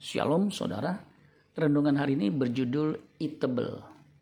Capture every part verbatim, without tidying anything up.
Shalom saudara, renungan hari ini berjudul Eatable.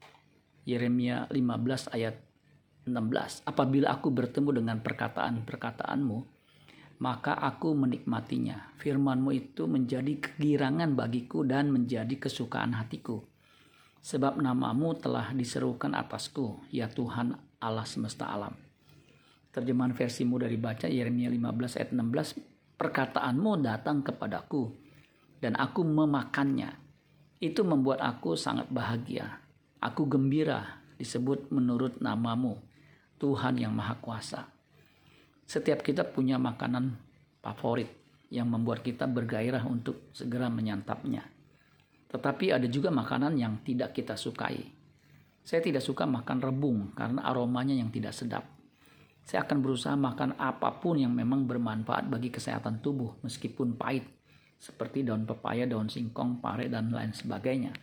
Yeremia lima belas ayat enam belas. Apabila aku bertemu dengan perkataan-perkataanmu, maka aku menikmatinya. Firman-Mu itu menjadi kegirangan bagiku dan menjadi kesukaan hatiku. Sebab nama-Mu telah diserukan atasku, ya Tuhan Allah semesta alam. Terjemahan versi mudah dibaca Yeremia lima belas ayat enam belas. Perkataan-Mu datang kepadaku dan aku memakannya. Itu membuat aku sangat bahagia. Aku gembira disebut menurut nama-Mu, Tuhan yang Maha Kuasa. Setiap kita punya makanan favorit yang membuat kita bergairah untuk segera menyantapnya. Tetapi ada juga makanan yang tidak kita sukai. Saya tidak suka makan rebung karena aromanya yang tidak sedap. Saya akan berusaha makan apapun yang memang bermanfaat bagi kesehatan tubuh meskipun pahit. Seperti daun pepaya, daun singkong, pare, dan lain sebagainya.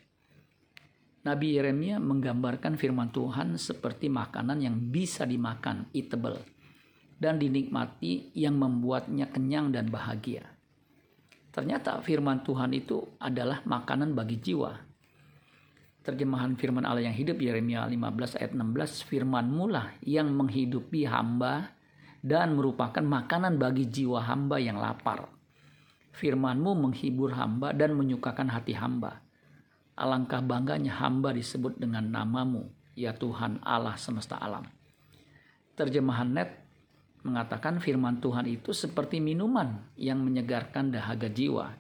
Nabi Yeremia menggambarkan firman Tuhan seperti makanan yang bisa dimakan, eatable, dan dinikmati yang membuatnya kenyang dan bahagia. Ternyata firman Tuhan itu adalah makanan bagi jiwa. Terjemahan firman Allah yang hidup Yeremia lima belas ayat enam belas, firman-Mu lah yang menghidupi hamba dan merupakan makanan bagi jiwa hamba yang lapar. Firman-Mu menghibur hamba dan menyukakan hati hamba. Alangkah bangganya hamba disebut dengan nama-Mu, ya Tuhan Allah semesta alam. Terjemahan Net mengatakan firman Tuhan itu seperti minuman yang menyegarkan dahaga jiwa.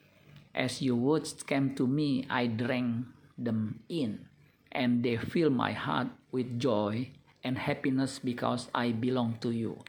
As your words came to me, I drank them in, and they fill my heart with joy and happiness because I belong to you.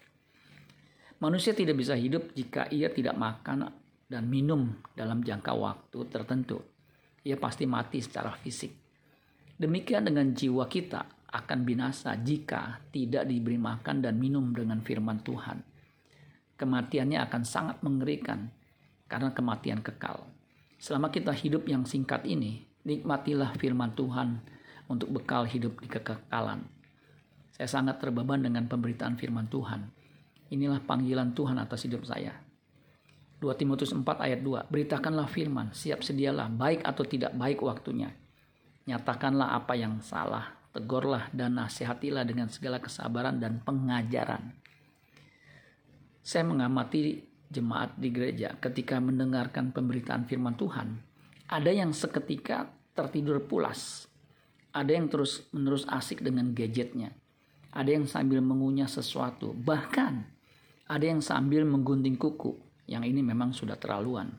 Manusia tidak bisa hidup jika ia tidak makan dan minum dalam jangka waktu tertentu. Ia pasti mati secara fisik. Demikian dengan jiwa kita akan binasa jika tidak diberi makan dan minum dengan firman Tuhan. Kematiannya akan sangat mengerikan karena kematian kekal. Selama kita hidup yang singkat ini, nikmatilah firman Tuhan untuk bekal hidup di kekekalan. Saya sangat terbeban dengan pemberitaan firman Tuhan. Inilah panggilan Tuhan atas hidup saya. dua Timotius empat ayat dua, beritakanlah firman, siap sedialah, baik atau tidak baik waktunya. Nyatakanlah apa yang salah, tegurlah dan nasihatilah dengan segala kesabaran dan pengajaran. Saya mengamati jemaat di gereja ketika mendengarkan pemberitaan firman Tuhan. Ada yang seketika tertidur pulas. Ada yang terus menerus asik dengan gadgetnya. Ada yang sambil mengunyah sesuatu. Bahkan ada yang sambil menggunting kuku. Yang ini memang sudah terlaluan.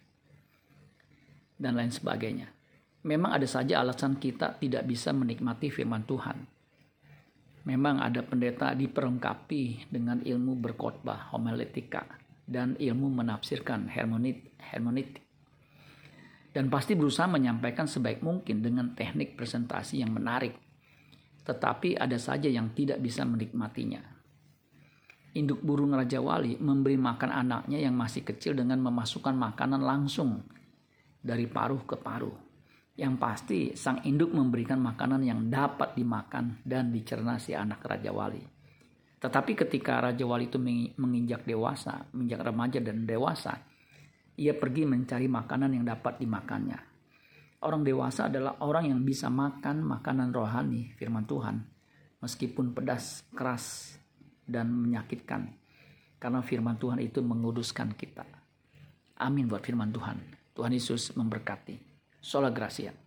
Dan lain sebagainya. Memang ada saja alasan kita tidak bisa menikmati firman Tuhan. Memang ada pendeta diperlengkapi dengan ilmu berkhotbah, homiletika, dan ilmu menafsirkan hermeneutik. Dan pasti berusaha menyampaikan sebaik mungkin dengan teknik presentasi yang menarik. Tetapi ada saja yang tidak bisa menikmatinya. Induk burung Raja Wali memberi makan anaknya yang masih kecil dengan memasukkan makanan langsung dari paruh ke paruh. Yang pasti sang induk memberikan makanan yang dapat dimakan dan dicerna si anak Raja Wali. Tetapi ketika Raja Wali itu menginjak dewasa, menginjak remaja dan dewasa, ia pergi mencari makanan yang dapat dimakannya. Orang dewasa adalah orang yang bisa makan makanan rohani firman Tuhan, meskipun pedas, keras, dan menyakitkan. Karena firman Tuhan itu menguduskan kita. Amin buat firman Tuhan. Tuhan Yesus memberkati. Sola Gracia.